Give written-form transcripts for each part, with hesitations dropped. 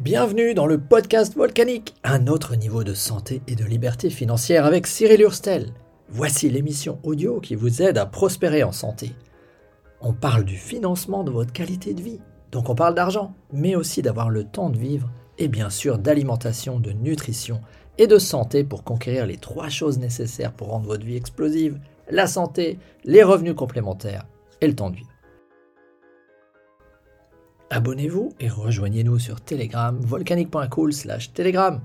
Bienvenue dans le podcast Volcanique, un autre niveau de santé et de liberté financière avec Cyril Hurstel. Voici l'émission audio qui vous aide à prospérer en santé. On parle du financement de votre qualité de vie, donc on parle d'argent, mais aussi d'avoir le temps de vivre et bien sûr d'alimentation, de nutrition et de santé pour conquérir les 3 choses nécessaires pour rendre votre vie explosive, la santé, les revenus complémentaires et le temps de vivre. Abonnez-vous et rejoignez-nous sur Telegram, volcanique.cool/Telegram.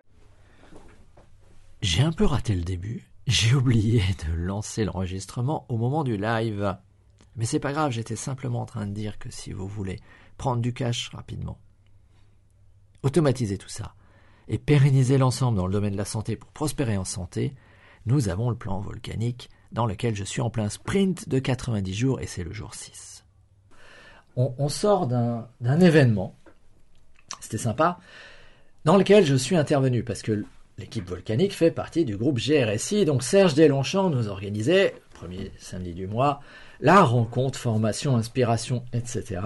J'ai un peu raté le début, j'ai oublié de lancer l'enregistrement au moment du live. Mais c'est pas grave, j'étais simplement en train de dire que si vous voulez prendre du cash rapidement, automatiser tout ça et pérenniser l'ensemble dans le domaine de la santé pour prospérer en santé, nous avons le plan volcanique dans lequel je suis en plein sprint de 90 jours et c'est le jour 6. On sort d'un événement, c'était sympa, dans lequel je suis intervenu, parce que l'équipe volcanique fait partie du groupe GRSI, donc Serge Deslongchamps nous organisait, premier samedi du mois, la rencontre, formation, inspiration, etc.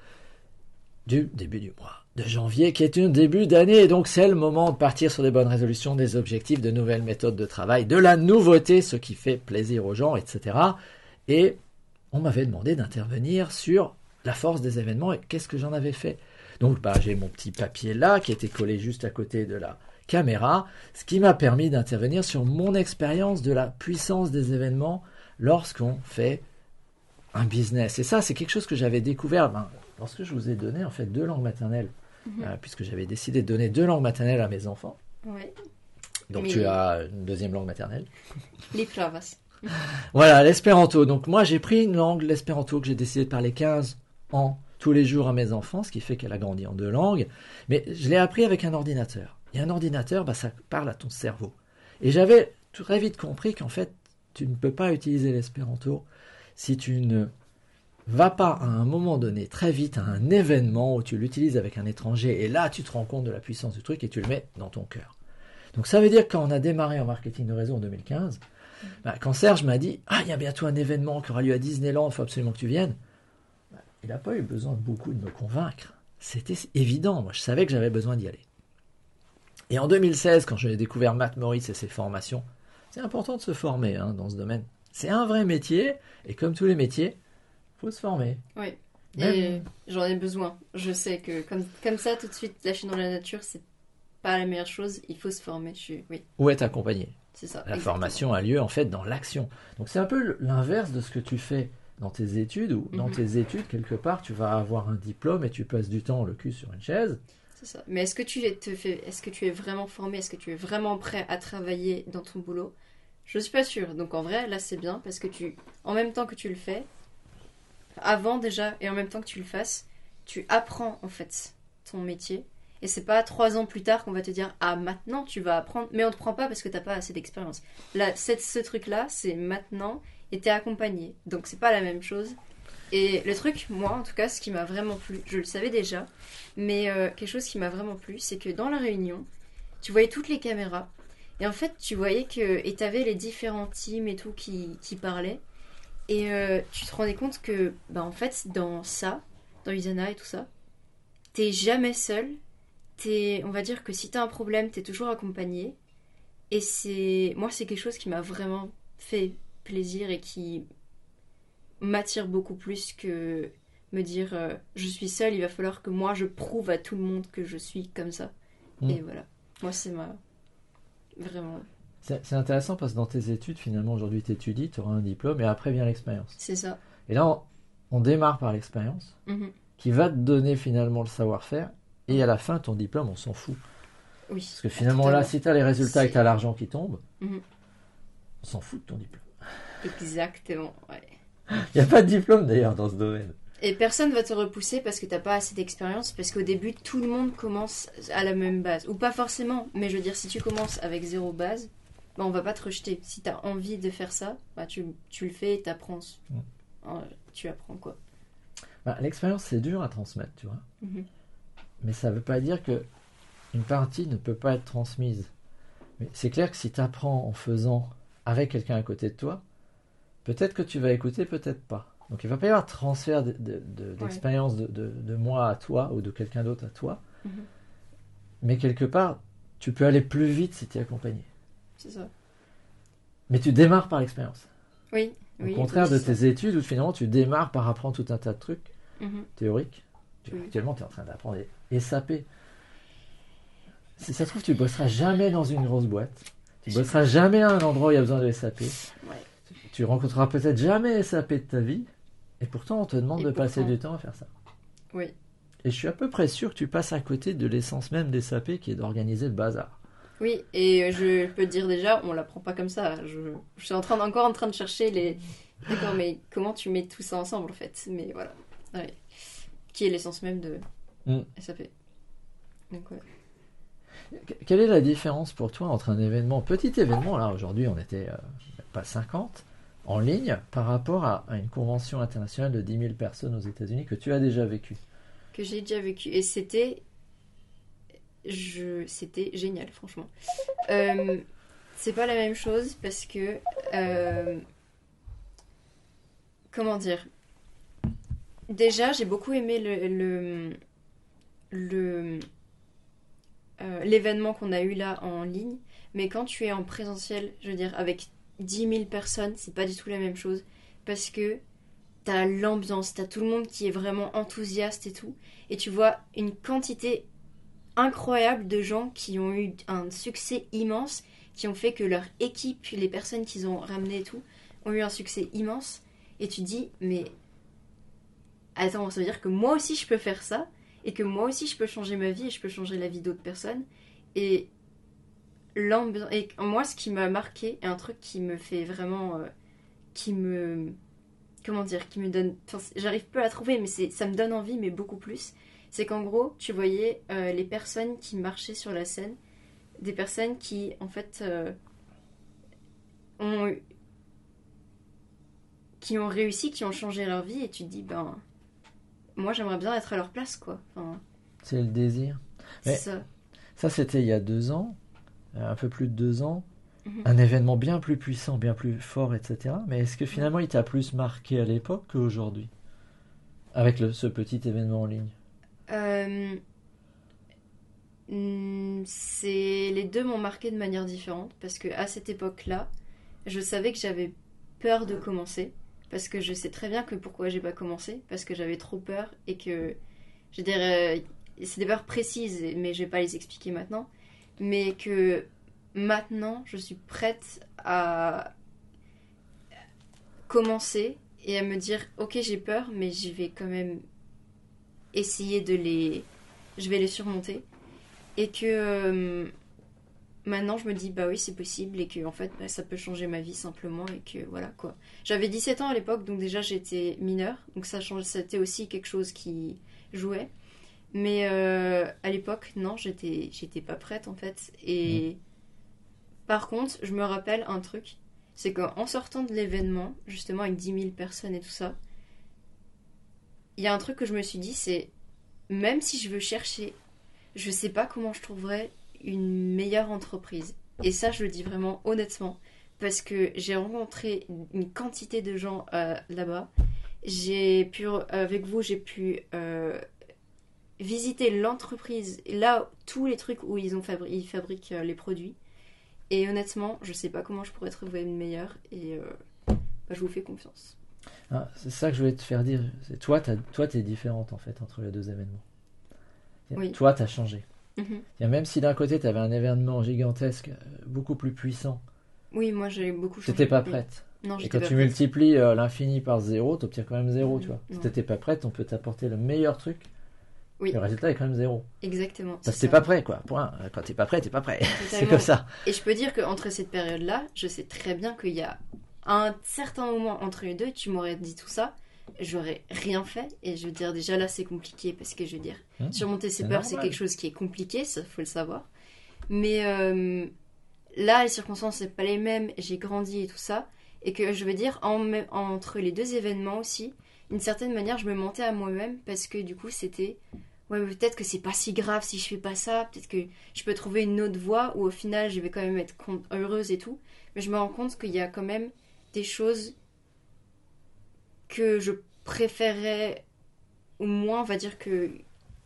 du début du mois de janvier, qui est un début d'année, et donc c'est le moment de partir sur des bonnes résolutions, des objectifs, de nouvelles méthodes de travail, de la nouveauté, ce qui fait plaisir aux gens, etc. Et on m'avait demandé d'intervenir sur la force des événements et qu'est-ce que j'en avais fait. Donc j'ai mon petit papier là qui était collé juste à côté de la caméra, ce qui m'a permis d'intervenir sur mon expérience de la puissance des événements lorsqu'on fait un business. Et ça, c'est quelque chose que j'avais découvert lorsque je vous ai donné en fait 2 langues maternelles, puisque j'avais décidé de donner 2 langues maternelles à mes enfants. Ouais. Donc tu as une 2e langue maternelle. Les plavas. Voilà, l'espéranto. Donc moi, j'ai pris une langue, l'espéranto, que j'ai décidé de parler 15 ans tous les jours à mes enfants, ce qui fait qu'elle a grandi en 2 langues. Mais je l'ai appris avec un ordinateur. Et un ordinateur, ça parle à ton cerveau. Et j'avais très vite compris qu'en fait, tu ne peux pas utiliser l'espéranto si tu ne vas pas à un moment donné, très vite, à un événement où tu l'utilises avec un étranger. Et là, tu te rends compte de la puissance du truc et tu le mets dans ton cœur. Donc ça veut dire que quand on a démarré en marketing de réseau en 2015, quand Serge m'a dit « Ah, il y a bientôt un événement qui aura lieu à Disneyland, il faut absolument que tu viennes », il n'a pas eu besoin de beaucoup de me convaincre. C'était évident, moi je savais que j'avais besoin d'y aller. Et en 2016, quand j'ai découvert Matt Morris et ses formations, c'est important de se former dans ce domaine. C'est un vrai métier, et comme tous les métiers, il faut se former. Oui, et j'en ai besoin. Je sais que comme ça, tout de suite, lâcher dans la nature, c'est pas la meilleure chose, il faut se former. Oui. Ou être accompagné. C'est ça. La exactement. formation a lieu en fait dans l'action. Donc c'est un peu l'inverse de ce que tu fais dans tes études, où dans tes études, quelque part, tu vas avoir un diplôme et tu passes du temps le cul sur une chaise. C'est ça. Mais est-ce que tu es vraiment formé? Est-ce que tu es vraiment prêt à travailler dans ton boulot? Je suis pas sûre. Donc en vrai, là c'est bien parce que en même temps que tu le fais, avant déjà et en même temps que tu le fasses, tu apprends en fait ton métier. Et c'est pas 3 ans plus tard qu'on va te dire « Ah, maintenant tu vas apprendre », mais on te prend pas parce que t'as pas assez d'expérience. Là, ce truc-là, c'est maintenant et t'es accompagné. Donc c'est pas la même chose. Et le truc, moi en tout cas, ce qui m'a vraiment plu, je le savais déjà, mais quelque chose qui m'a vraiment plu, c'est que dans la réunion, tu voyais toutes les caméras. Et en fait, tu voyais et t'avais les différents teams et tout qui parlaient. Et tu te rendais compte que, en fait, dans Usana et tout ça, t'es jamais seul. On va dire que si t'as un problème, t'es toujours accompagné. Et moi, c'est quelque chose qui m'a vraiment fait plaisir et qui m'attire beaucoup plus que me dire je suis seule, il va falloir que moi je prouve à tout le monde que je suis comme ça. Et voilà. Moi, vraiment. C'est intéressant parce que dans tes études, finalement, aujourd'hui, tu étudies, tu auras un diplôme et après vient l'expérience. C'est ça. Et là, on démarre par l'expérience qui va te donner finalement le savoir-faire. Et à la fin, ton diplôme, on s'en fout. Oui. Parce que finalement, là, si tu as les résultats et que tu as l'argent qui tombe, on s'en fout de ton diplôme. Exactement, ouais. Il n'y a pas de diplôme d'ailleurs dans ce domaine. Et personne va te repousser parce que tu n'as pas assez d'expérience. Parce qu'au début, tout le monde commence à la même base. Ou pas forcément, mais je veux dire, si tu commences avec 0 base, on va pas te rejeter. Si tu as envie de faire ça, tu le fais et tu apprends quoi. L'expérience, c'est dur à transmettre, tu vois. Mais ça ne veut pas dire qu'une partie ne peut pas être transmise. Mais c'est clair que si tu apprends en faisant avec quelqu'un à côté de toi, peut-être que tu vas écouter, peut-être pas. Donc il ne va pas y avoir transfert d'expérience de moi à toi ou de quelqu'un d'autre à toi. Mais quelque part, tu peux aller plus vite si tu es accompagné. C'est ça. Mais tu démarres par l'expérience. Oui. Au Oui, contraire oui, de c'est tes études où finalement tu démarres par apprendre tout un tas de trucs ça. Mhm. théoriques. Oui. Actuellement, tu es en train d'apprendre SAP. Si ça se trouve, tu bosseras jamais dans une grosse boîte. Tu bosseras jamais à un endroit où il y a besoin de SAP. Ouais. Tu rencontreras peut-être jamais SAP de ta vie. Et pourtant, on te demande Et de passer pourtant. du temps à faire ça. Oui. Et je suis à peu près sûr que tu passes à côté de l'essence même des SAP qui est d'organiser le bazar. Oui, et je peux te dire déjà, on l'apprend pas comme ça. Je suis encore en train de chercher les. D'accord, mais comment tu mets tout ça ensemble en fait? Mais voilà. Ouais. Qui est l'essence même de SAP. Donc ouais. Quelle est la différence pour toi entre un événement, petit événement, là aujourd'hui on était pas 50, en ligne, par rapport à une convention internationale de 10 000 personnes aux États-Unis que tu as déjà vécu? Que j'ai déjà vécu. Et c'était génial, franchement. C'est pas la même chose parce que. Comment dire? Déjà, j'ai beaucoup aimé l'événement qu'on a eu là en ligne. Mais quand tu es en présentiel, je veux dire, avec 10 000 personnes, c'est pas du tout la même chose. Parce que t'as l'ambiance, t'as tout le monde qui est vraiment enthousiaste et tout. Et tu vois une quantité incroyable de gens qui ont eu un succès immense, qui ont fait que leur équipe, les personnes qu'ils ont ramenées et tout, ont eu un succès immense. Et tu te dis, mais attends, ça veut dire que moi aussi je peux faire ça, et que moi aussi je peux changer ma vie, et je peux changer la vie d'autres personnes. Et l'ambiance. Et moi, ce qui m'a marqué, et un truc qui me fait vraiment. Qui me. Comment dire? Qui me donne. Enfin, j'arrive peu à la trouver, mais ça me donne envie, mais beaucoup plus. C'est qu'en gros, tu voyais les personnes qui marchaient sur la scène, des personnes qui, en fait, ont, qui ont réussi, qui ont changé leur vie, et tu te dis, ben, moi j'aimerais bien être à leur place, quoi. Enfin, C'est le désir. c'est Mais ça. ça c'était il y a 2 ans, un peu plus de 2 ans, Mhm. un événement bien plus puissant, bien plus fort, etc. Mais est-ce que finalement il t'a plus marqué à l'époque qu'aujourd'hui, avec ce petit événement en ligne? Euh, les deux m'ont marqué de manière différente, parce que à cette époque-là, je savais que j'avais peur de commencer, parce que je sais très bien que pourquoi j'ai pas commencé, parce que j'avais trop peur, et que, je dirais, c'est des peurs précises, mais je vais pas les expliquer maintenant, mais que maintenant, je suis prête à commencer et à me dire, ok, j'ai peur, mais je vais quand même essayer je vais les surmonter, et que maintenant je me dis bah oui c'est possible, et que en fait bah, ça peut changer ma vie simplement, et que voilà quoi. J'avais 17 ans à l'époque, donc déjà j'étais mineure, donc ça change, c'était aussi quelque chose qui jouait, mais à l'époque non, j'étais pas prête en fait. Et par contre je me rappelle un truc, c'est qu'en sortant de l'événement justement avec 10 000 personnes et tout ça, il y a un truc que je me suis dit, c'est même si je veux chercher, je sais pas comment je trouverais une meilleure entreprise. Et ça, je le dis vraiment honnêtement, parce que j'ai rencontré une quantité de gens là-bas. Avec vous, j'ai pu visiter l'entreprise, là, tous les trucs où ils fabriquent les produits. Et honnêtement, je sais pas comment je pourrais trouver une meilleure, et bah, je vous fais confiance. Ah, c'est ça que je voulais te faire dire. Toi, t'es différente en fait entre les deux événements. Oui. Toi, t'as changé. Mhm. Même si d'un côté, t'avais un événement gigantesque, beaucoup plus puissant, Oui, moi j'ai beaucoup changé. t'étais pas Oui. prête. Non, Et j'étais quand pas tu prête. multiplies l'infini par 0, t'obtiens quand même 0, tu vois. Si Non. t'étais pas prête, on peut t'apporter le meilleur truc. Oui. Le résultat est quand même 0. Exactement. Parce c'est que t'es ça. pas prêt, quoi. Point. Quand t'es pas prêt, t'es pas prêt. C'est Totalement. comme ça. Et je peux dire qu'entre cette période-là, je sais très bien qu'il y a un certain moment entre les deux, tu m'aurais dit tout ça, j'aurais rien fait. Et je veux dire, déjà là, c'est compliqué parce que je veux dire, surmonter ses c'est peurs, c'est normal. quelque chose qui est compliqué, ça faut le savoir. Mais là, les circonstances, c'est pas les mêmes, j'ai grandi et tout ça. Et que je veux dire, entre les deux événements aussi, d'une certaine manière, je me mentais à moi-même parce que du coup, c'était. Ouais, mais peut-être que c'est pas si grave si je fais pas ça, peut-être que je peux trouver une autre voie où au final je vais quand même être heureuse et tout. Mais je me rends compte qu'il y a quand même des choses que je préférais, ou moins, on va dire que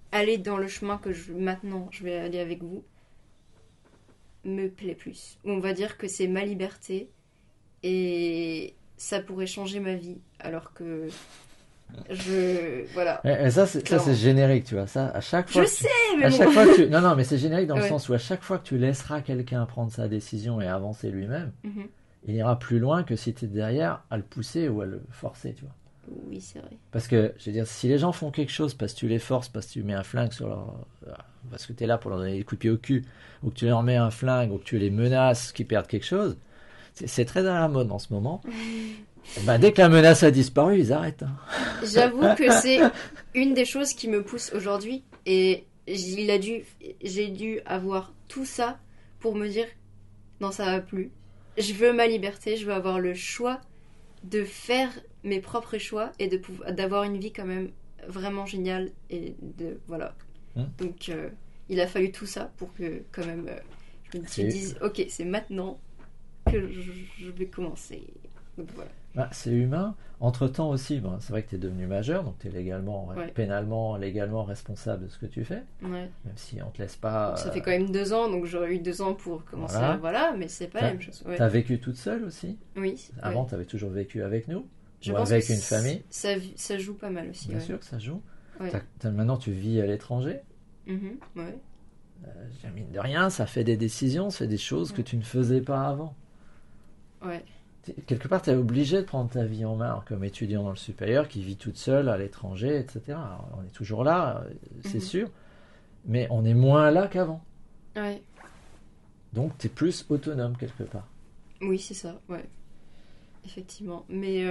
aller dans le chemin que maintenant je vais aller avec vous me plaît plus. On va dire que c'est ma liberté et ça pourrait changer ma vie alors que voilà. Et ça, c'est générique, tu vois. Ça, à chaque fois. Je sais, mais à bon. chaque fois que tu... Non, mais c'est générique dans le Ouais. sens où à chaque fois que tu laisseras quelqu'un prendre sa décision et avancer lui-même, Mhm. il ira plus loin que si tu es derrière à le pousser ou à le forcer, tu vois. Oui, c'est vrai. Parce que, je veux dire, si les gens font quelque chose parce que tu les forces, parce que tu mets un flingue sur leur... parce que tu es là pour leur donner des coups de pied au cul, ou que tu leur mets un flingue, ou que tu les menaces qu'ils perdent quelque chose, c'est très à la mode en ce moment. Bah, dès que la menace a disparu, ils arrêtent. Hein. J'avoue que c'est une des choses qui me pousse aujourd'hui et j'ai dû avoir tout ça pour me dire non, ça va plus. Je veux ma liberté, je veux avoir le choix de faire mes propres choix et d'avoir une vie quand même vraiment géniale et de voilà. Donc il a fallu tout ça pour que quand même je me dise ok, c'est maintenant que je vais commencer. Donc voilà. Bah, c'est humain. Entre-temps aussi, bon, c'est vrai que tu es devenu majeur, donc tu es légalement, pénalement, légalement responsable de ce que tu fais. Ouais. Même si on te laisse pas... Ça fait quand même 2 ans, donc j'aurais eu 2 ans pour commencer voilà, mais c'est pas la même chose. Ouais. Tu as vécu toute seule aussi? Oui. Avant, tu avais toujours vécu avec nous? Je ou pense avec que une famille? Ça joue pas mal aussi. Bien sûr que ça joue. Ouais. Maintenant, tu vis à l'étranger? Ouais. Mine de rien, ça fait des décisions, ça fait des choses que tu ne faisais pas avant. Ouais. Quelque part, tu es obligé de prendre ta vie en main comme étudiant dans le supérieur qui vit toute seule à l'étranger, etc. Alors, on est toujours là, c'est sûr, mais on est moins là qu'avant. Ouais. Donc, tu es plus autonome quelque part. Oui, c'est ça, ouais. Effectivement. Mais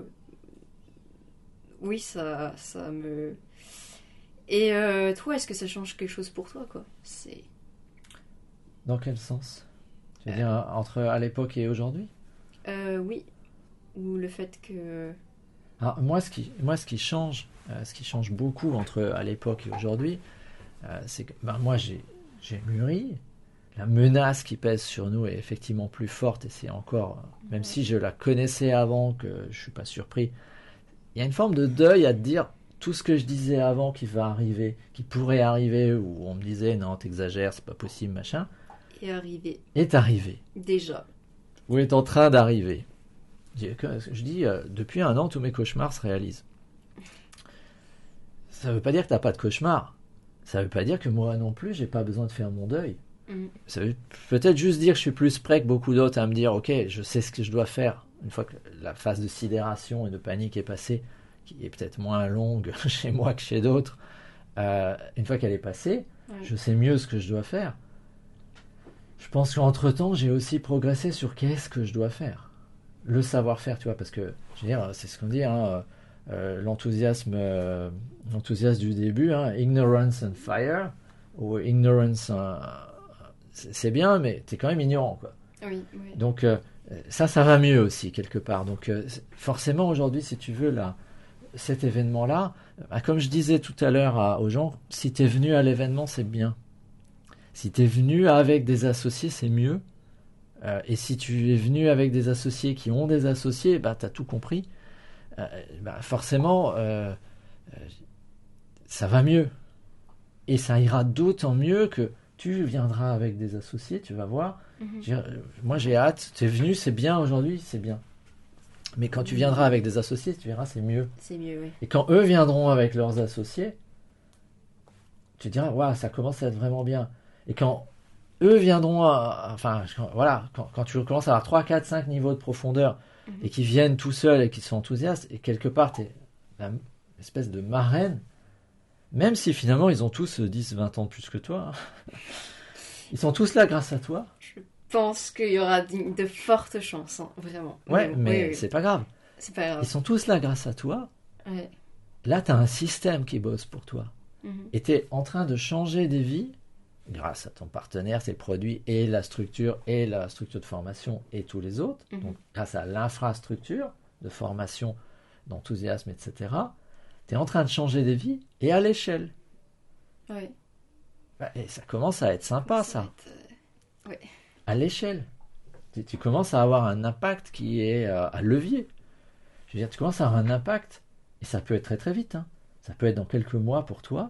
oui, ça me... Et toi, est-ce que ça change quelque chose pour toi, quoi? Dans quel sens? Tu veux dire entre à l'époque et aujourd'hui? Oui. Ou le fait que... Alors, moi, ce qui change beaucoup entre à l'époque et aujourd'hui, c'est que moi, j'ai mûri. La menace qui pèse sur nous est effectivement plus forte et c'est encore, même si je la connaissais avant, que je suis pas surpris, il y a une forme de deuil à te dire tout ce que je disais avant qui va arriver, qui pourrait arriver, où on me disait non, t'exagères, c'est pas possible, machin, est arrivé. Déjà. Ou est en train d'arriver. Je dis, depuis 1 an, tous mes cauchemars se réalisent. Ça veut pas dire que t'as pas de cauchemar. Ça veut pas dire que moi non plus, j'ai pas besoin de faire mon deuil. Ça veut peut-être juste dire que je suis plus prêt que beaucoup d'autres à me dire ok, je sais ce que je dois faire une fois que la phase de sidération et de panique est passée, qui est peut-être moins longue chez moi que chez d'autres. Une fois qu'elle est passée, je sais mieux ce que je dois faire. Je pense qu'entre-temps, j'ai aussi progressé sur qu'est-ce que je dois faire. Le savoir-faire, tu vois, parce que je veux dire, c'est ce qu'on dit, hein, l'enthousiasme du début, hein, ignorance and fire, ou ignorance... c'est bien, mais t'es quand même ignorant, quoi. Oui. Donc ça va mieux aussi quelque part. Donc forcément aujourd'hui, si tu veux cet événement-là, comme je disais tout à l'heure aux gens, si t'es venu à l'événement, c'est bien. Si t'es venu avec des associés, c'est mieux. Et si tu es venu avec des associés qui ont des associés, bah t'as tout compris. Forcément, ça va mieux. Et ça ira d'autant mieux que tu viendras avec des associés, tu vas voir. Moi, j'ai hâte. Tu es venu, c'est bien aujourd'hui, c'est bien. Mais quand tu viendras avec des associés, tu verras, c'est mieux. C'est mieux, oui. Et quand eux viendront avec leurs associés, tu diras, waouh, ça commence à être vraiment bien. Et quand eux viendront, quand tu commences à avoir 3, 4, 5 niveaux de profondeur et qu'ils viennent tout seuls et qu'ils sont enthousiastes, et quelque part, tu es l'espèce de marraine, même si finalement ils ont tous 10, 20 ans de plus que toi. Ils sont tous là grâce à toi. Je pense qu'il y aura de fortes chances, hein, vraiment. Ouais, mais c'est pas grave. C'est pas grave. Ils sont tous là grâce à toi. Ouais. Là, tu as un système qui bosse pour toi. Et tu es en train de changer des vies grâce à ton partenaire, c'est le produit et la structure de formation et tous les autres. Donc, grâce à l'infrastructure de formation, d'enthousiasme, etc., tu es en train de changer des vies et à l'échelle. Ouais. Et ça commence à être sympa, ça. Ouais. À l'échelle. Tu commences à avoir un impact qui est à levier. Je veux dire, tu commences à avoir un impact, et ça peut être très très vite. Hein. Ça peut être dans quelques mois pour toi.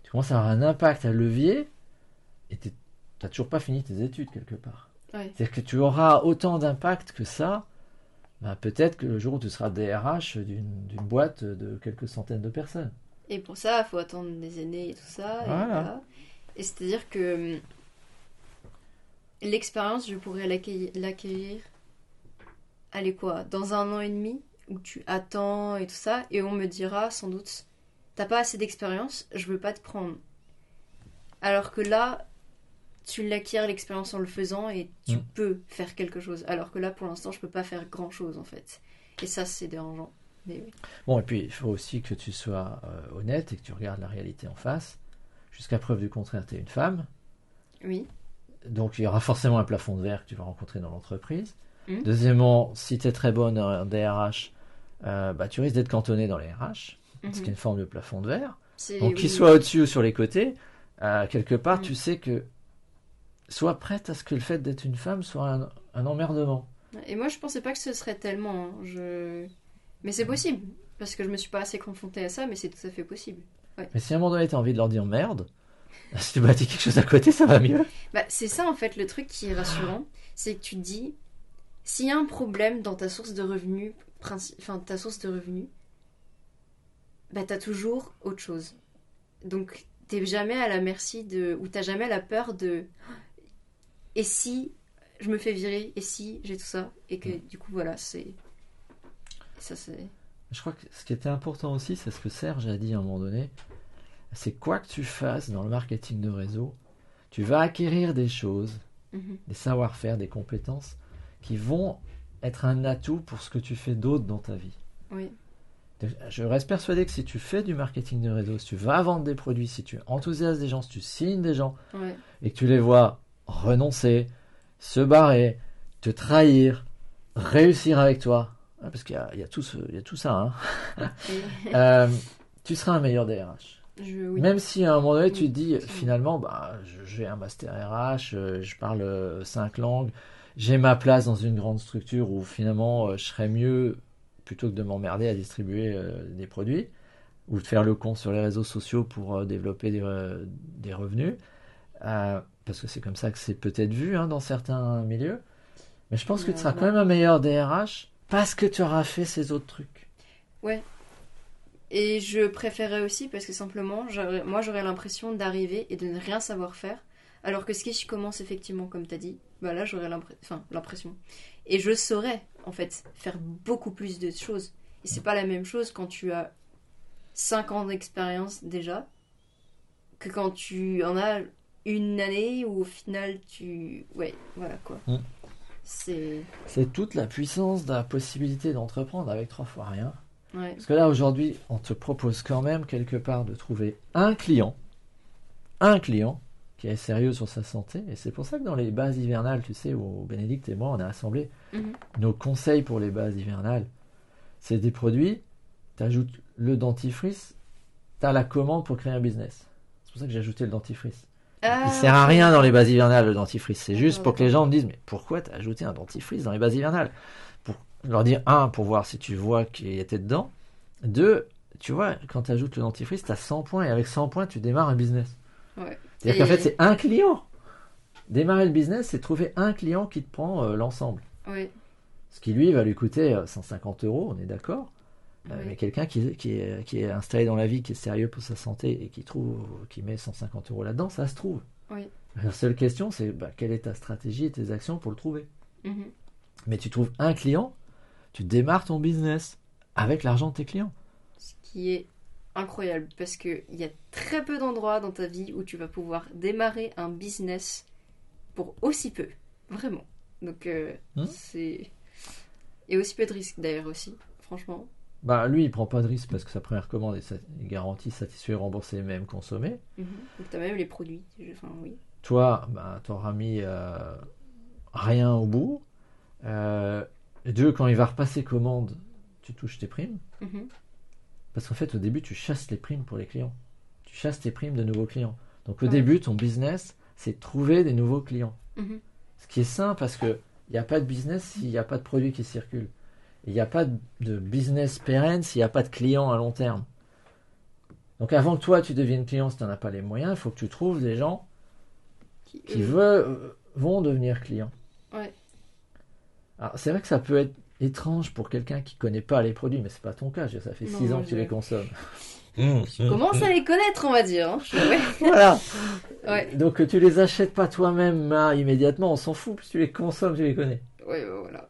tu commences à avoir un impact, un levier, et tu n'as toujours pas fini tes études quelque part. Ouais. C'est-à-dire que tu auras autant d'impact que ça, ben peut-être que le jour où tu seras DRH d'une boîte de quelques centaines de personnes. Et pour ça, il faut attendre des années et tout ça. Voilà. Et, voilà. Et c'est-à-dire que l'expérience, je pourrais l'acquérir, allez quoi, dans 1 an et demi, où tu attends et tout ça, et on me dira sans doute, t'as pas assez d'expérience, je veux pas te prendre. Alors que là, tu l'acquiers l'expérience en le faisant et tu peux faire quelque chose. Alors que là, pour l'instant, je peux pas faire grand-chose en fait. Et ça, c'est dérangeant. Mais oui. Bon, et puis il faut aussi que tu sois honnête et que tu regardes la réalité en face. Jusqu'à preuve du contraire, tu es une femme. Oui. Donc il y aura forcément un plafond de verre que tu vas rencontrer dans l'entreprise. Mmh. Deuxièmement, si tu es très bonne en DRH, bah, tu risques d'être cantonné dans les RH, parce qu'il y a une forme de plafond de verre. Donc qu'il soit au-dessus ou sur les côtés, quelque part, tu sais que sois prête à ce que le fait d'être une femme soit un emmerdement. Et moi, je pensais pas que ce serait tellement. Mais c'est possible, parce que je me suis pas assez confrontée à ça, mais c'est tout à fait possible. Ouais. Mais si à un moment donné, tu as envie de leur dire merde, si tu bâtis quelque chose à côté, ça va mieux. Bah, c'est ça, en fait, le truc qui est rassurant, c'est que tu te dis, s'il y a un problème dans ta source de revenus, bah, t'as toujours autre chose. Donc, t'es jamais à la merci ou t'as jamais la peur de. Et si je me fais virer, et si j'ai tout ça, et que du coup, voilà, c'est. Ça, c'est. Je crois que ce qui était important aussi, c'est ce que Serge a dit à un moment donné, c'est quoi que tu fasses dans le marketing de réseau, tu vas acquérir des choses, des savoir-faire, des compétences qui vont être un atout pour ce que tu fais d'autre dans ta vie. Oui. Je reste persuadé que si tu fais du marketing de réseau, si tu vas vendre des produits, si tu enthousiasmes des gens, si tu signes des gens, et que tu les vois renoncer, se barrer, te trahir, réussir avec toi, parce qu'il y a tout ça, hein. Tu seras un meilleur DRH. Oui. Même si à un moment donné tu te dis finalement bah, j'ai un master RH, je parle 5 langues, j'ai ma place dans une grande structure où finalement je serais mieux plutôt que de m'emmerder à distribuer des produits ou de faire le con sur les réseaux sociaux pour développer des revenus, parce que c'est comme ça que c'est peut-être vu dans certains milieux. Mais je pense que tu seras quand même un meilleur DRH parce que tu auras fait ces autres trucs. Ouais. Et je préférerais aussi parce que simplement, moi j'aurais l'impression d'arriver et de ne rien savoir faire. Alors que si je commence effectivement, comme tu as dit, bah là j'aurais l'impression. Et je saurais, en fait, faire beaucoup plus de choses. Et c'est pas la même chose quand tu as 5 ans d'expérience déjà, que quand tu en as une année où au final tu. Ouais, voilà quoi. C'est toute la puissance de la possibilité d'entreprendre avec 3 fois rien. Ouais. Parce que là, aujourd'hui, on te propose quand même quelque part de trouver un client qui est sérieux sur sa santé. Et c'est pour ça que dans les bases hivernales, tu sais, où Bénédicte et moi, on a assemblé nos conseils pour les bases hivernales. C'est des produits, tu ajoutes le dentifrice, tu as la commande pour créer un business. C'est pour ça que j'ai ajouté le dentifrice. Il sert à rien dans les bases hivernales, le dentifrice. C'est juste pour que les gens me disent, mais pourquoi tu as ajouté un dentifrice dans les bases hivernales ? Pour leur dire, 1, pour voir si tu vois qu'il était dedans. 2, tu vois, quand tu ajoutes le dentifrice, tu as 100 points, et avec 100 points, tu démarres un business. Ouais. C'est-à-dire qu'en fait, c'est un client. Démarrer le business, c'est trouver un client qui te prend l'ensemble. Ouais. Ce qui, lui, va lui coûter 150 €, on est d'accord. Mais quelqu'un qui est installé dans la vie, qui est sérieux pour sa santé et qui met 150 € là-dedans, ça se trouve. Oui. La seule question, c'est quelle est ta stratégie et tes actions pour le trouver. Mais tu trouves un client, tu démarres ton business avec l'argent de tes clients. Ce qui est incroyable, parce qu'il y a très peu d'endroits dans ta vie où tu vas pouvoir démarrer un business pour aussi peu. Vraiment. Donc, c'est... Et aussi peu de risques, d'ailleurs, aussi. Franchement. Bah, lui, il prend pas de risque parce que sa première commande est garantie, satisfait, remboursé, même consommé. Donc, tu as même les produits. Enfin, oui. Toi, tu n'auras mis rien au bout. 2, quand il va repasser commande, tu touches tes primes. Parce qu'en fait, au début, tu chasses les primes pour les clients. Tu chasses tes primes de nouveaux clients. Donc, au début, ton business, c'est trouver des nouveaux clients. Ce qui est sain parce qu'il n'y a pas de business s'il n'y a pas de produit qui circule. Il n'y a pas de business pérenne s'il n'y a pas de clients à long terme. Donc avant que toi tu deviennes client, si tu n'en as pas les moyens, il faut que tu trouves des gens qui vont devenir clients. Ouais. Alors c'est vrai que ça peut être étrange pour quelqu'un qui connaît pas les produits, mais c'est pas ton cas, ça fait Non, 6 ans moi, que tu les consommes. Je commence à les connaître, on va dire. Hein. Ouais. Voilà. Ouais. Donc tu les achètes pas toi-même immédiatement, on s'en fout, puis tu les consommes, tu les connais. Ouais, voilà.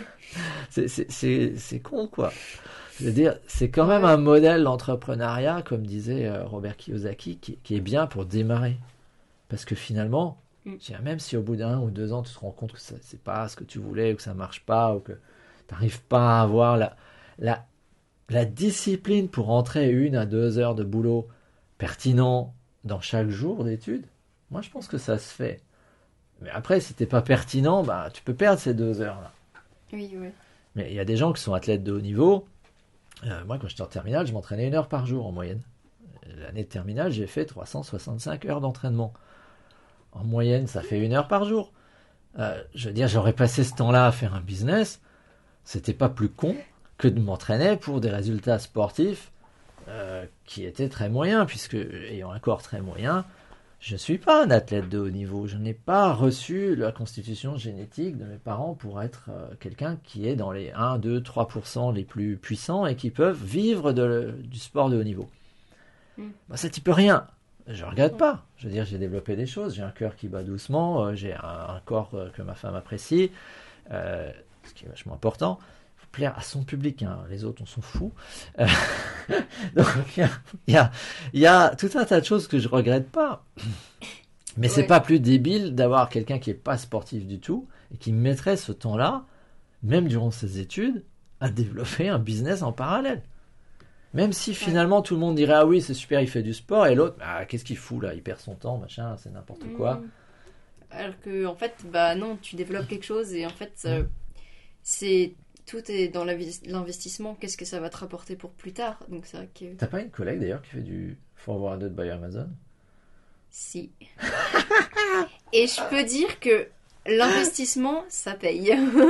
C'est con, quoi. Je veux dire, c'est quand même un modèle d'entrepreneuriat, comme disait Robert Kiyosaki, qui est bien pour démarrer. Parce que finalement, même si au bout d'1 ou 2 ans, tu te rends compte que c'est pas ce que tu voulais, ou que ça marche pas, ou que tu n'arrives pas à avoir la discipline pour rentrer 1 à 2 heures de boulot pertinent dans chaque jour d'études, moi je pense que ça se fait. Mais après, si t'es pas pertinent, bah, tu peux perdre ces 2 heures-là. Oui, ouais. Mais il y a des gens qui sont athlètes de haut niveau. Moi, quand j'étais en terminale, je m'entraînais 1 heure par jour en moyenne. L'année de terminale, j'ai fait 365 heures d'entraînement. En moyenne, ça fait 1 heure par jour. Je veux dire, j'aurais passé ce temps-là à faire un business. C'était pas plus con que de m'entraîner pour des résultats sportifs qui étaient très moyens, puisque, ayant un corps très moyen, je ne suis pas un athlète de haut niveau. Je n'ai pas reçu la constitution génétique de mes parents pour être quelqu'un qui est dans les 1, 2, 3% les plus puissants et qui peuvent vivre du sport de haut niveau. Bah, ça t'y peut rien. Je regrette pas. Je veux dire, j'ai développé des choses. J'ai un cœur qui bat doucement. J'ai un corps que ma femme apprécie. Ce qui est vachement important. Il faut plaire à son public. Hein. Les autres, on s'en fout. Donc, il y a tout un tas de choses que je regrette pas. Mais c'est pas plus débile d'avoir quelqu'un qui est pas sportif du tout et qui mettrait ce temps-là, même durant ses études, à développer un business en parallèle. Même si finalement tout le monde dirait ah oui c'est super il fait du sport et l'autre ah, qu'est-ce qu'il fout là, il perd son temps machin, c'est n'importe quoi. Alors que en fait bah non, tu développes quelque chose et en fait c'est tout est dans l'investissement, qu'est-ce que ça va te rapporter pour plus tard. Donc c'est vrai que T'as pas une collègue d'ailleurs qui fait du forwarded by Amazon? Si. Et je peux dire que l'investissement ça paye.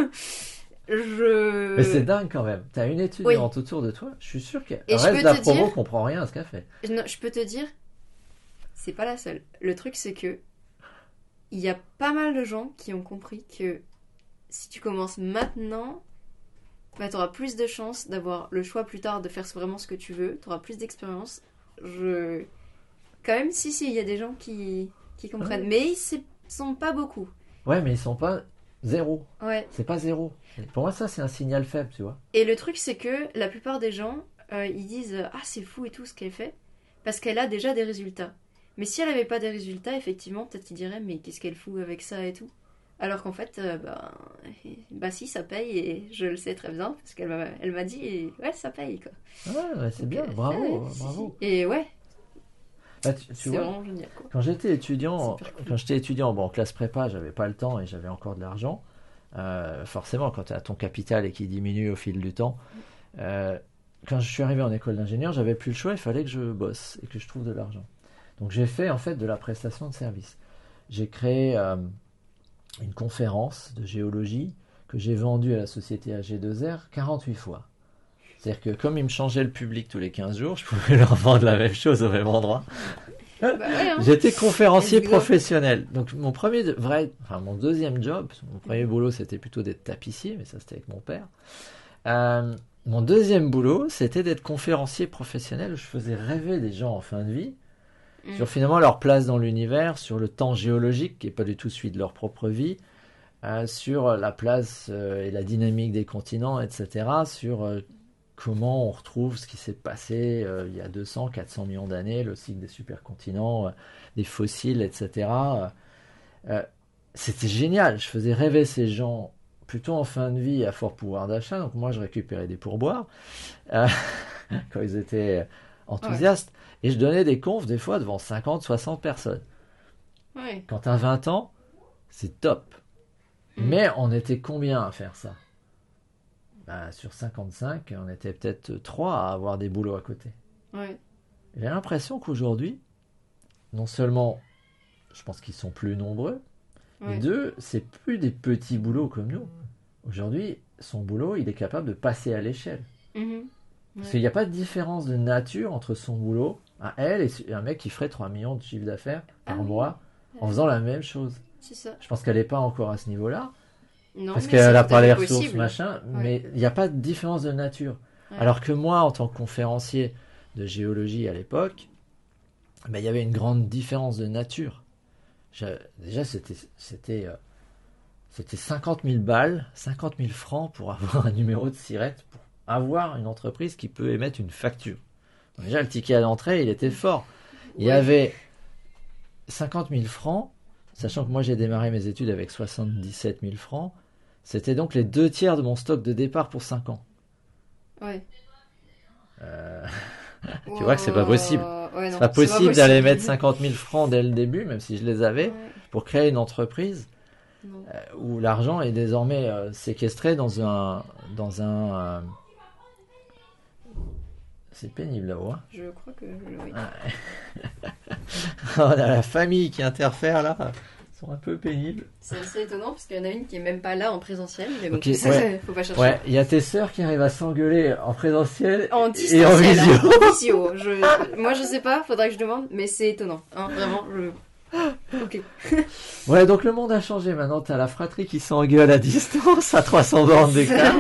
Mais c'est dingue quand même. T'as une étudiante autour de toi, je suis sûr qu'elle reste de la promo comprend rien à ce qu'elle fait. Non, je peux te dire, c'est pas la seule. Le truc c'est que il y a pas mal de gens qui ont compris que si tu commences maintenant, bah, tu auras plus de chances d'avoir le choix plus tard de faire vraiment ce que tu veux, tu auras plus d'expérience. Quand même, si, il y a des gens qui comprennent. Mais ils sont pas beaucoup. Ouais, mais ils sont pas zéro. Ouais. C'est pas zéro. Pour moi, ça, c'est un signal faible, tu vois. Et le truc, c'est que la plupart des gens, ils disent « Ah, c'est fou et tout ce qu'elle fait », parce qu'elle a déjà des résultats. Mais si elle avait pas des résultats, effectivement, peut-être qu'ils diraient « Mais qu'est-ce qu'elle fout avec ça et tout ?» Alors qu'en fait, bah si, ça paye, et je le sais très bien, parce qu'elle m'a dit et, « Ouais, ça paye, quoi. » Ouais, c'est bien, bravo, bravo. Et ouais. Bah, tu c'est vois, vraiment génial, quoi. Quand j'étais étudiant, bon, en classe prépa, j'avais pas le temps et j'avais encore de l'argent. Forcément, quand tu as ton capital et qui diminue au fil du temps, quand je suis arrivé en école d'ingénieur, j'avais plus le choix, il fallait que je bosse et que je trouve de l'argent. Donc j'ai fait en fait de la prestation de service. J'ai créé une conférence de géologie que j'ai vendue à la société AG2R 48 fois. C'est-à-dire que comme ils me changeaient le public tous les 15 jours, je pouvais leur vendre la même chose au même endroit. Bah ouais, hein. J'étais conférencier professionnel. Donc mon deuxième job, mon premier boulot c'était plutôt d'être tapissier, mais ça c'était avec mon père. Mon deuxième boulot c'était d'être conférencier professionnel où je faisais rêver des gens en fin de vie sur finalement leur place dans l'univers, sur le temps géologique qui n'est pas du tout celui de leur propre vie, sur la place et la dynamique des continents, etc. Sur comment on retrouve ce qui s'est passé il y a 200, 400 millions d'années, le cycle des supercontinents, des fossiles, etc. C'était génial. Je faisais rêver ces gens plutôt en fin de vie à fort pouvoir d'achat. Donc moi, je récupérais des pourboires quand ils étaient enthousiastes. Ouais. Et je donnais des confs des fois devant 50, 60 personnes. Ouais. Quand tu as 20 ans, c'est top. Mais on était combien à faire ça? Sur 55, on était peut-être 3 à avoir des boulots à côté. Ouais. J'ai l'impression qu'aujourd'hui, non seulement, je pense qu'ils sont plus nombreux, mais 2, c'est plus des petits boulots comme nous. Aujourd'hui, son boulot, il est capable de passer à l'échelle. Parce qu'il n'y a pas de différence de nature entre son boulot à elle et un mec qui ferait 3 millions de chiffre d'affaires par oui. mois en faisant la même chose. C'est ça. Je pense qu'elle n'est pas encore à ce niveau-là, Non, parce mais qu'elle c'est n'a tout pas à fait les ressources, possible. machin, mais il n'y a pas de différence de nature. Ouais. Alors que moi, en tant que conférencier de géologie à l'époque, ben, il y avait une grande différence de nature. Déjà, c'était 50 000 balles, 50 000 francs pour avoir un numéro de SIRET, pour avoir une entreprise qui peut émettre une facture. Donc déjà, le ticket à l'entrée, il était fort. Il y avait 50 000 francs, sachant que moi, j'ai démarré mes études avec 77 000 francs. C'était donc les 2 tiers de mon stock de départ pour 5 ans. Ouais. Tu vois que c'est pas possible. Ouais, C'est non, pas possible d'aller mettre possible. 50 000 francs dès le début, même si je les avais, Ouais. pour créer une entreprise Non. où l'argent est désormais séquestré dans un c'est pénible là-haut. Hein. Je crois que oui. On a la famille qui interfère là. Ils sont un peu pénibles. C'est assez étonnant parce qu'il y en a une qui est même pas là en présentiel, mais bon, Ok, ça, ouais. faut pas chercher. Ouais, il y a tes sœurs qui arrivent à s'engueuler en présentiel En et en distanciel, visio. hein, en visio. Moi je sais pas, faudra que je demande, mais c'est étonnant. Hein, vraiment, Ok. Ouais, donc le monde a changé. Maintenant, t'as la fratrie qui s'engueule à distance, à 300 bornes d'écart.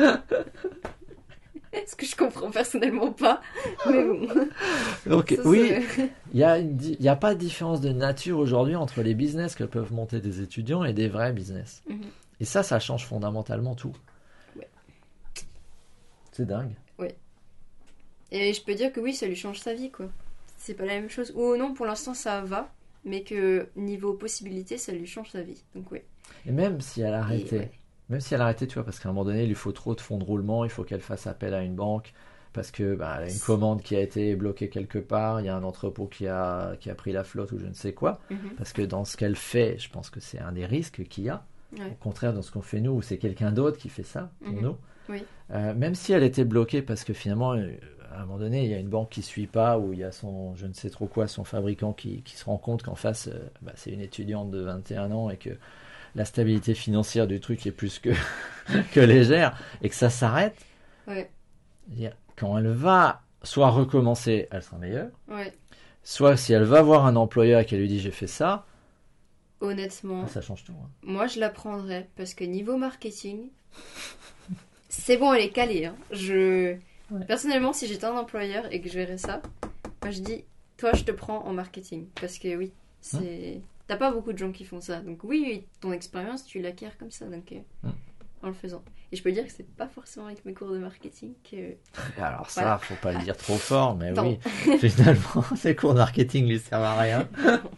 Ce que je comprends personnellement pas, mais bon. Donc Ça, oui, c'est- il y a pas de différence de nature aujourd'hui entre les business que peuvent monter des étudiants et des vrais business. Mhm. Et ça change fondamentalement tout. Ouais. C'est dingue. Et je peux dire que oui, ça lui change sa vie, quoi. C'est pas la même chose. Ou non, pour l'instant ça va, mais que niveau possibilité, ça lui change sa vie. Donc oui. Et même si elle arrêtait, ouais. même si elle arrêtait, tu vois, parce qu'à un moment donné, il lui faut trop de fonds de roulement, il faut qu'elle fasse appel à une banque, parce que bah, elle a une commande qui a été bloquée quelque part, il y a un entrepôt qui a pris la flotte ou je ne sais quoi. Mhm. Parce que dans ce qu'elle fait, je pense que c'est un des risques qu'il y a. Ouais. Au contraire, dans ce qu'on fait nous, où c'est quelqu'un d'autre qui fait ça pour Mhm. nous. Oui. Même si elle était bloquée, parce que finalement, à un moment donné, il y a une banque qui ne suit pas, ou il y a son, je ne sais trop quoi, son fabricant qui se rend compte qu'en face, c'est une étudiante de 21 ans et que la stabilité financière du truc est plus que légère, et que ça s'arrête. Ouais. Quand elle va soit recommencer, elle sera meilleure. Ouais. Soit si elle va voir un employeur et qu'elle lui dit j'ai fait ça, Honnêtement, ça change tout. Hein. moi je la prendrais parce que niveau marketing, c'est bon, elle est calée. Hein. Personnellement, si j'étais un employeur et que je verrais ça, moi je dis, toi je te prends en marketing. Parce que oui, c'est... T'as pas beaucoup de gens qui font ça. Donc oui, ton expérience, tu l'acquiers comme ça. Donc en le faisant. Et je peux dire que c'est pas forcément avec mes cours de marketing que... Alors ça, Voilà. faut pas le dire trop fort, mais Non. oui, finalement, ces cours de marketing lui servent à rien.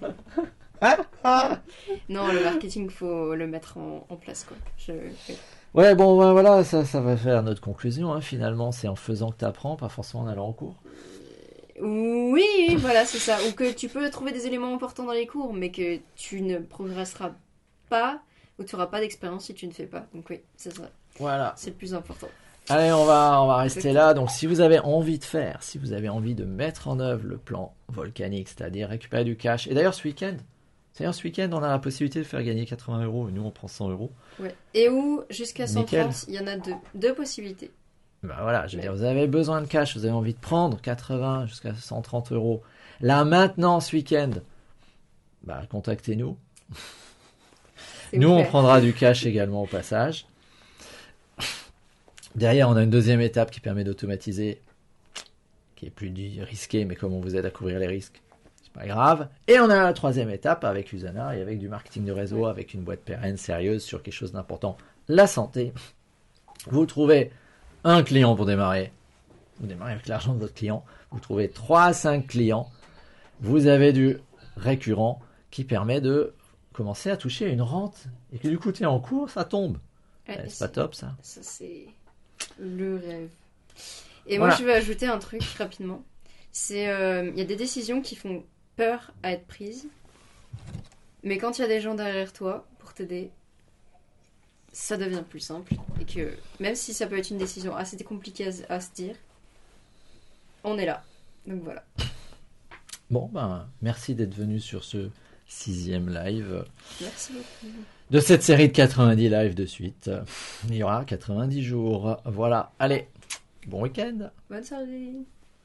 Non, le marketing, faut le mettre en place, quoi. Ouais, bon, ben, voilà, ça va faire notre conclusion. Hein. Finalement, c'est en faisant que tu apprends, pas forcément en allant en cours. Oui, voilà, c'est ça. Ou que tu peux trouver des éléments importants dans les cours, mais que tu ne progresseras pas, ou tu n'auras pas d'expérience si tu ne fais pas. Donc oui, c'est ça. Voilà. C'est le plus important. Allez, on va rester là. Donc, si vous avez envie de mettre en œuvre le plan volcanique, c'est-à-dire récupérer du cash. Et d'ailleurs, ce week-end, on a la possibilité de faire gagner 80 €, et nous, on prend 100 €. Ouais. Et où, jusqu'à 130, Nickel. il y en a deux possibilités. Ben voilà, je veux dire, vous avez besoin de cash, vous avez envie de prendre 80 jusqu'à 130 €. Là, maintenant, ce week-end, bah, contactez-nous. C'est Nous, on ouvert. prendra du cash également au passage. Derrière, on a une deuxième étape qui permet d'automatiser, qui est plus risquée, mais comme on vous aide à couvrir les risques, c'est pas grave. Et on a la troisième étape avec Usana et avec du marketing de réseau, avec une boîte pérenne, sérieuse, sur quelque chose d'important, la santé. Vous trouvez un client pour démarrer. Vous démarrez avec l'argent de votre client. Vous trouvez 3 à 5 clients. Vous avez du récurrent qui permet de commencer à toucher une rente. Et que du coup, tu es en cours, ça tombe. Ouais, C'est pas top, ça. Ça, c'est le rêve. Et Voilà. moi, je vais ajouter un truc rapidement. C'est, il y a des décisions qui font peur à être prises. Mais quand il y a des gens derrière toi pour t'aider, ça devient plus simple. Et que même si ça peut être une décision assez compliquée à se dire, on est là. Donc voilà. Bon, ben, merci d'être venu sur ce 6e live Merci beaucoup. de cette série de 90 lives de suite. Il y aura 90 jours. Voilà. Allez, bon week-end. Bonne soirée.